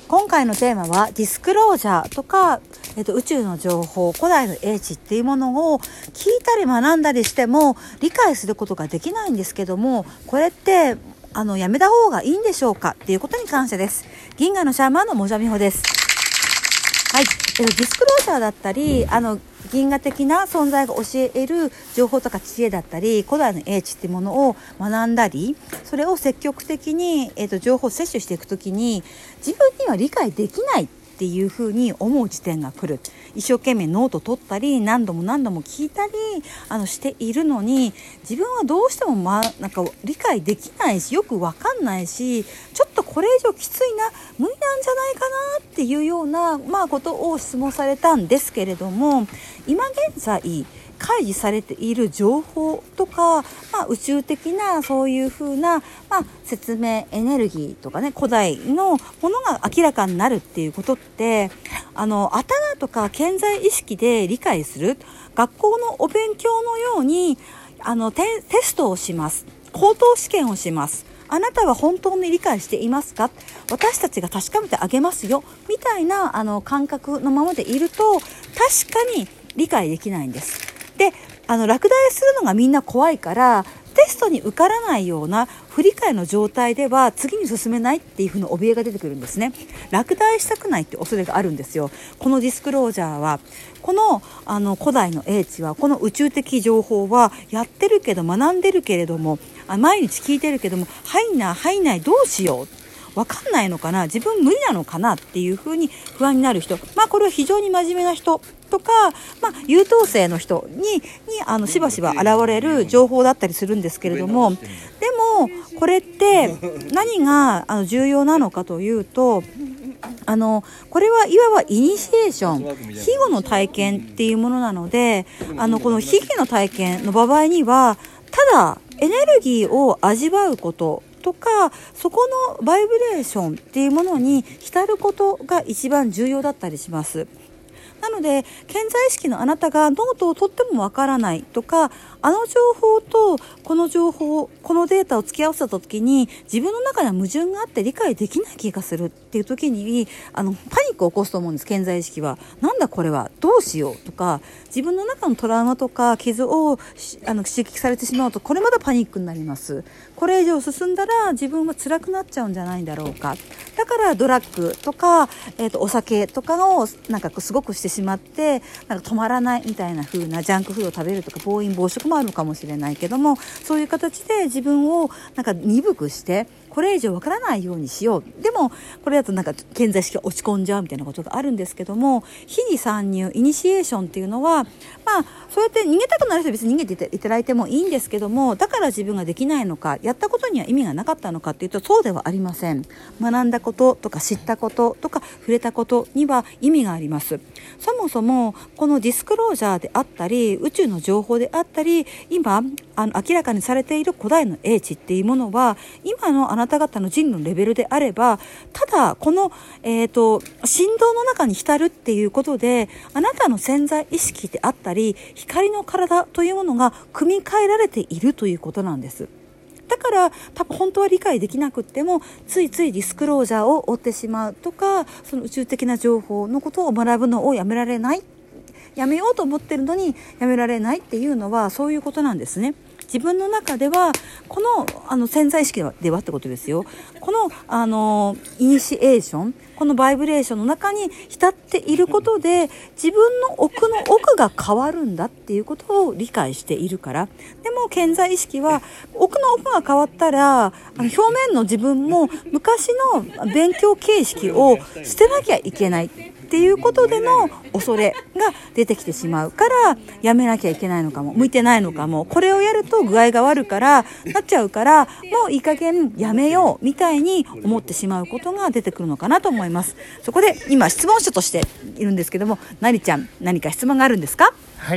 今回のテーマはディスクロージャーとか、宇宙の情報、古代の英知っていうものを聞いたり学んだりしても理解することができないんですけども、これってやめた方がいいんでしょうかっていうことに関してです。銀河のシャーマンのもじゃみほです。はい、ディスクロージャーだったり銀河的な存在が教える情報とか知恵だったり古代の英知っていうものを学んだり、それを積極的に、情報を摂取していくときに自分には理解できないっていうふうに思う時点が来る。一生懸命ノート取ったり何度も聞いたりしているのに、自分はどうしてもなんか理解できないしよく分かんないし、ちょっとこれ以上きついな、無理なんじゃないかなっていうような、ことを質問されたんですけれども、今現在開示されている情報とか、宇宙的なそういう風な、説明エネルギーとかね、古代のものが明らかになるっていうことって頭とか潜在意識で理解する。学校のお勉強のようにテストをします。口頭試験をします。あなたは本当に理解していますか、私たちが確かめてあげますよみたいな感覚のままでいると確かに理解できないんです。で落第するのがみんな怖いからテストに受からないような不理解の状態では次に進めないっていう風な怯えが出てくるんですね。落第したくないって恐れがあるんですよ。このディスクロージャーはこの古代の英知はこの宇宙的情報はやってるけど学んでるけれども毎日聞いてるけども入んないどうしよう、分かんないのかな、自分無理なのかなっていう風に不安になる人、これは非常に真面目な人とか、優等生の人にしばしば現れる情報だったりするんですけれども、でもこれって何が重要なのかというと、これはいわばイニシエーション、庇護の体験っていうものなので、この秘技の体験の場合にはただエネルギーを味わうこととか、そこのバイブレーションっていうものに浸ることが一番重要だったりします。なので潜在意識のあなたがノートを取ってもわからないとか、情報とこの情報、このデータを付き合わせた時に自分の中には矛盾があって理解できない気がするっていう時にパニックを起こすと思うんです。潜在意識はなんだこれはどうしようとか、自分の中のトラウマとか傷を刺激されてしまうとこれまたパニックになります。これ以上進んだら自分は辛くなっちゃうんじゃないんだろうか。だからドラッグとか、お酒とかをすごくしてしまって止まらないみたいな風なジャンクフードを食べるとか暴飲暴食もあるかもしれないけども、そういう形で自分を鈍くしてこれ以上わからないようにしよう。でもこれだと潜在意識が落ち込んじゃうみたいなことがあるんですけども、非に参入イニシエーションっていうのはそうやって逃げたくなる人は別に逃げていただいてもいいんですけども、だから自分ができないのか、やったことには意味がなかったのかっていうとそうではありません。学んだこととか知ったこととか触れたことには意味があります。そもそもこのディスクロージャーであったり宇宙の情報であったり、今明らかにされている古代の英知っていうものは今のあなた方の人のレベルであれば、ただこの、振動の中に浸るっていうことであなたの潜在意識であったり光の体というものが組み替えられているということなんです。だから多分本当は理解できなくってもついついディスクロージャーを追ってしまうとか、その宇宙的な情報のことを学ぶのをやめられない、やめようと思ってるのにやめられないっていうのはそういうことなんですね。自分の中ではこの潜在意識ではってことですよ。このイニシエーション、このバイブレーションの中に浸っていることで自分の奥が変わるんだっていうことを理解しているから。でも潜在意識は奥が変わったら表面の自分も昔の勉強形式を捨てなきゃいけないっていうことでの恐れが出てきてしまうからやめなきゃいけないのかも、向いてないのかも、これをやると具合が悪からなっちゃうからもういい加減やめようみたいに思ってしまうことが出てくるのかなと思います。そこで今質問者としているんですけども、なりちゃん何か質問があるんですか？ はい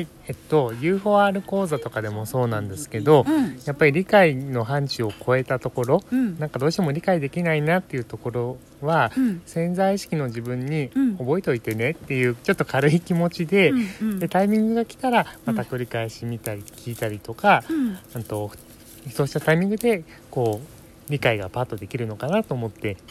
、UFOR 講座とかでもそうなんですけど、やっぱり理解の範疇を超えたところ、どうしても理解できないなっていうところは、潜在意識の自分に覚えておいてねっていうちょっと軽い気持ちで、でタイミングが来たらまた繰り返し見たり聞いたりとか、そうしたタイミングで理解がパッとできるのかなと思って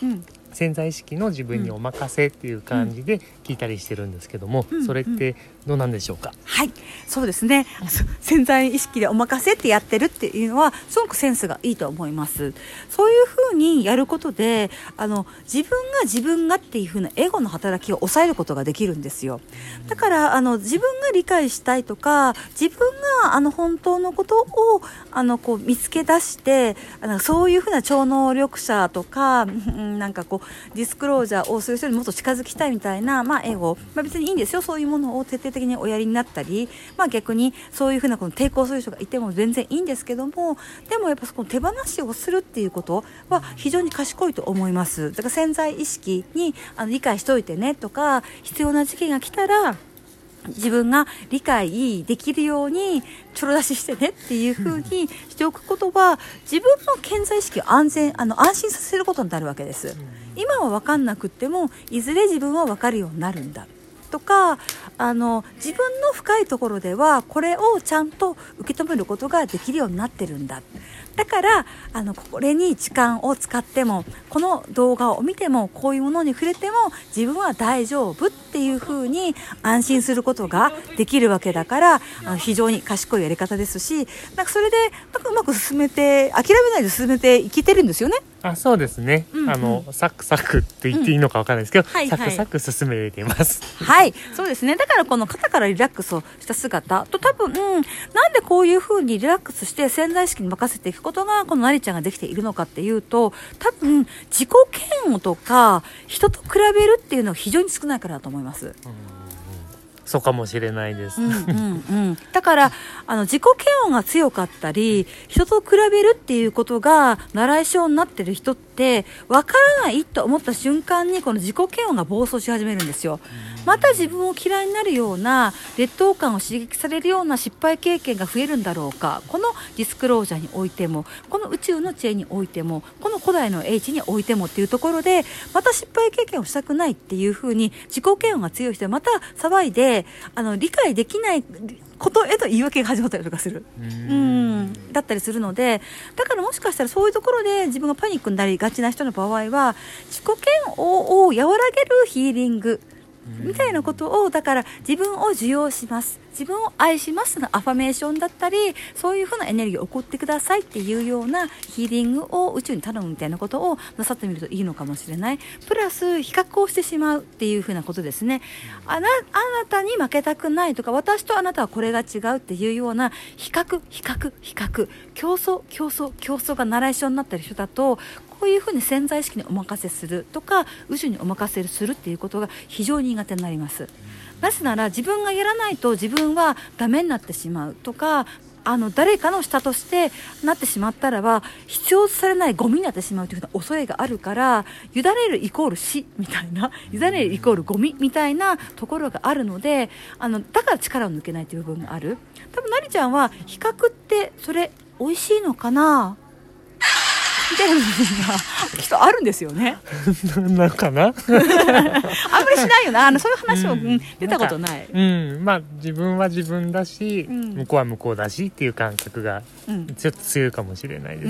潜在意識の自分にお任せっていう感じで聞いたりしてるんですけども、それってどうなんでしょうか？ はい、そうですね。潜在意識でお任せってやってるっていうのはすごくセンスがいいと思います。そういうふうにやることで自分がっていうふうなエゴの働きを抑えることができるんですよ。だから自分が理解したいとか、自分が本当のことをこう見つけ出して、そういうふうな超能力者とかなんかこうディスクロージャーをする人にもっと近づきたいみたいな、エゴ、別にいいんですよ。そういうものを徹底的におやりになったり、逆にそういうふうなこの抵抗する人がいても全然いいんですけども、でもやっぱそこの手放しをするっていうことは非常に賢いと思います。だから潜在意識に理解しといてねとか、必要な時期が来たら自分が理解できるようにちょろ出ししてねっていう風にしておくことは、自分の潜在意識を安心させることになるわけです。今は分かんなくってもいずれ自分は分かるようになるんだとか、自分の深いところではこれをちゃんと受け止めることができるようになってるんだ。だからこれに時間を使っても、この動画を見ても、こういうものに触れても自分は大丈夫っていう風に安心することができるわけだから、非常に賢いやり方ですし、それでうまく進めて、諦めないで進めていけてるんですよね。 そうですね、サクサクって言っていいのか分からないですけど、サクサク進めています。 はい、そうですね。だからこの肩からリラックスをした姿と、多分、なんでこういう風にリラックスして潜在意識に任せていくことがこのなりちゃんができているのかっていうと、多分自己嫌悪とか人と比べるっていうのが非常に少ないからだと思います。 そうかもしれないです。 だから自己嫌悪が強かったり、人と比べるっていうことが習い性になってる人って分からないと思った瞬間にこの自己嫌悪が暴走し始めるんですよ。また自分を嫌いになるような、劣等感を刺激されるような失敗経験が増えるんだろうか。このディスクロージャーにおいても、この宇宙の知恵においても、この古代の英知においてもっていうところで、また失敗経験をしたくないっていうふうに自己嫌悪が強い人はまた騒いで、理解できないことへと言い訳が始まったりとかするだったりするので、だからもしかしたらそういうところで自分がパニックになりがちな人の場合は、自己嫌悪を和らげるヒーリングみたいなことを、だから自分を受容します、自分を愛しますのアファメーションだったり、そういうふうなエネルギーを送ってくださいっていうようなヒーリングを宇宙に頼むみたいなことをなさってみるといいのかもしれない。プラス比較をしてしまうっていうふうなことですね。あなたに負けたくないとか、私とあなたはこれが違うっていうような比較、競争が習い性になっている人だと、こういうふうに潜在意識にお任せするとか、宇宙にお任せするっていうことが非常に苦手になります。なぜなら自分がやらないと自分はダメになってしまうとか、誰かの下としてなってしまったらば必要とされないゴミになってしまうという恐れがあるから、委ねるイコール死みたいな、委ねるイコールゴミみたいなところがあるので、だから力を抜けないという部分がある。多分なりちゃんは比較ってそれ美味しいのかなみたいな部分がきっとあるんですよね。 なんかなあんまりしないよな、そういう話を、出たことない。 自分は自分だし、向こうは向こうだしっていう感覚がちょっと強いかもしれないです。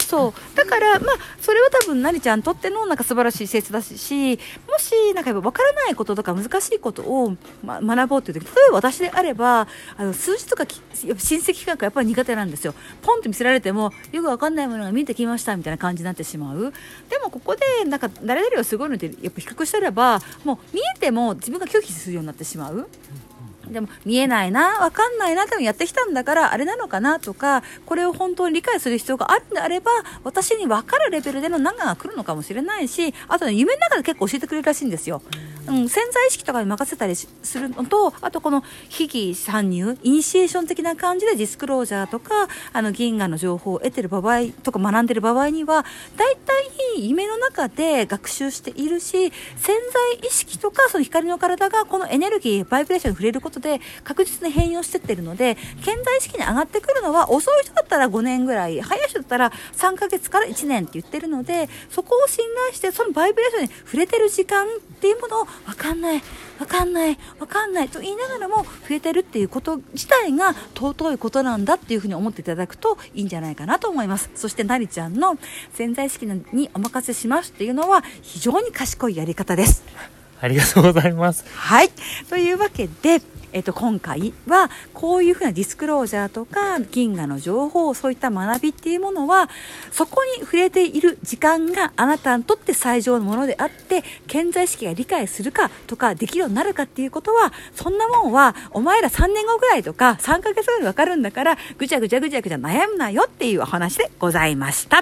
そうだからそれは多分なりちゃんにとってのなんか素晴らしい施設だし、もしなんか分からないこととか難しいことを、学ぼうという時、例えば私であれば数字とか親戚関係がやっぱり苦手なんですよ。ポンと見せられてもよく分かんないものが見えてきましたみたいな感じになってしまう。でもここでなんか誰々はすごいのでやっぱ比較したらば、もう見えても自分が拒否するようになってしまう。でも見えないな、分かんないな、多分やってきたんだからあれなのかなとか、これを本当に理解する必要があるんであれば、私に分かるレベルでの何かが来るのかもしれないし、あと、夢の中で結構教えてくれるらしいんですよ。潜在意識とかに任せたりするのと、あとこの秘技参入、イニシエーション的な感じでディスクロージャーとか銀河の情報を得てる場合とか学んでる場合には、だいたい夢の中で学習しているし、潜在意識とかその光の体がこのエネルギーバイブレーションに触れること後で確実に変容してってるので、潜在意識に上がってくるのは遅い人だったら5年ぐらい、早い人だったら3ヶ月から1年って言ってるので、そこを信頼してそのバイブレーションに触れてる時間っていうものを分かんないと言いながらも触れてるっていうこと自体が尊いことなんだっていうふうに思っていただくといいんじゃないかなと思います。そしてなりちゃんの潜在意識にお任せしますっていうのは非常に賢いやり方です。 ありがとうございます。 はい、というわけで、今回はこういうふうなディスクロージャーとか銀河の情報、そういった学びっていうものはそこに触れている時間があなたにとって最上のものであって、潜在意識が理解するかとかできるようになるかっていうことは、そんなもんはお前ら3年後ぐらいとか3ヶ月後に分かるんだから、ぐちゃぐちゃ悩むなよっていうお話でございました。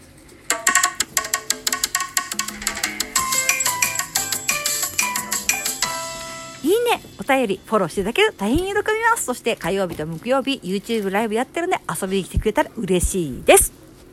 いいね、お便り、フォローしていただけると大変喜びます。そして火曜日と木曜日 YouTube ライブやってるんで遊びに来てくれたら嬉しいです。